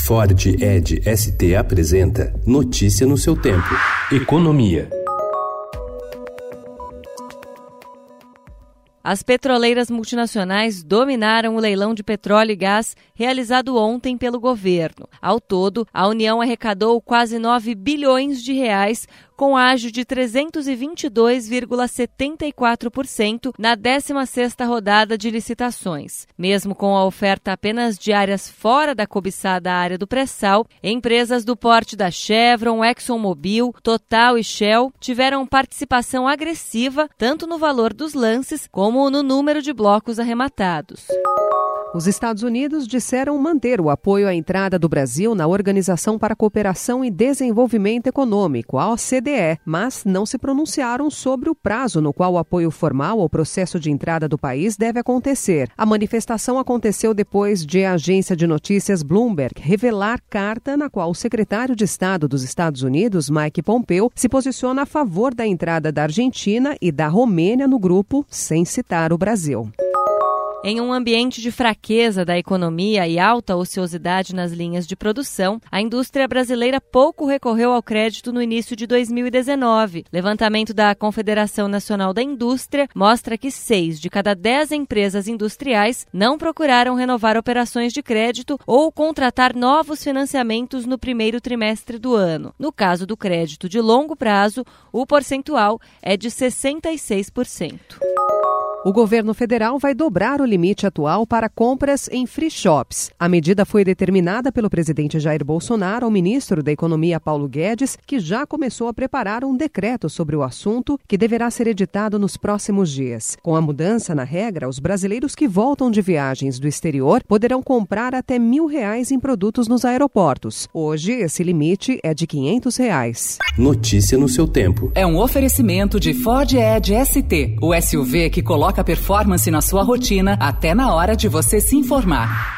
Ford Edge ST apresenta Notícia no seu tempo. Economia. As petroleiras multinacionais dominaram o leilão de petróleo e gás realizado ontem pelo governo. Ao todo, a União arrecadou quase 9 bilhões de reais, com ágio de 322,74% na 16ª rodada de licitações. Mesmo com a oferta apenas de áreas fora da cobiçada área do pré-sal, empresas do porte da Chevron, ExxonMobil, Total e Shell tiveram participação agressiva tanto no valor dos lances como no número de blocos arrematados. Os Estados Unidos disseram manter o apoio à entrada do Brasil na Organização para a Cooperação e Desenvolvimento Econômico, a OCDE, mas não se pronunciaram sobre o prazo no qual o apoio formal ao processo de entrada do país deve acontecer. A manifestação aconteceu depois de a agência de notícias Bloomberg revelar carta na qual o secretário de Estado dos Estados Unidos, Mike Pompeo, se posiciona a favor da entrada da Argentina e da Romênia no grupo, sem citar o Brasil. Em um ambiente de fraqueza da economia e alta ociosidade nas linhas de produção, a indústria brasileira pouco recorreu ao crédito no início de 2019. Levantamento da Confederação Nacional da Indústria mostra que 6 de cada 10 empresas industriais não procuraram renovar operações de crédito ou contratar novos financiamentos no primeiro trimestre do ano. No caso do crédito de longo prazo, o percentual é de 66%. O governo federal vai dobrar o limite atual para compras em free shops. A medida foi determinada pelo presidente Jair Bolsonaro ao ministro da Economia Paulo Guedes, que já começou a preparar um decreto sobre o assunto que deverá ser editado nos próximos dias. Com a mudança na regra, os brasileiros que voltam de viagens do exterior poderão comprar até R$1.000 em produtos nos aeroportos. Hoje, esse limite é de R$500. Notícia no seu tempo. É um oferecimento de Ford Edge ST, o SUV que coloca performance na sua rotina até na hora de você se informar.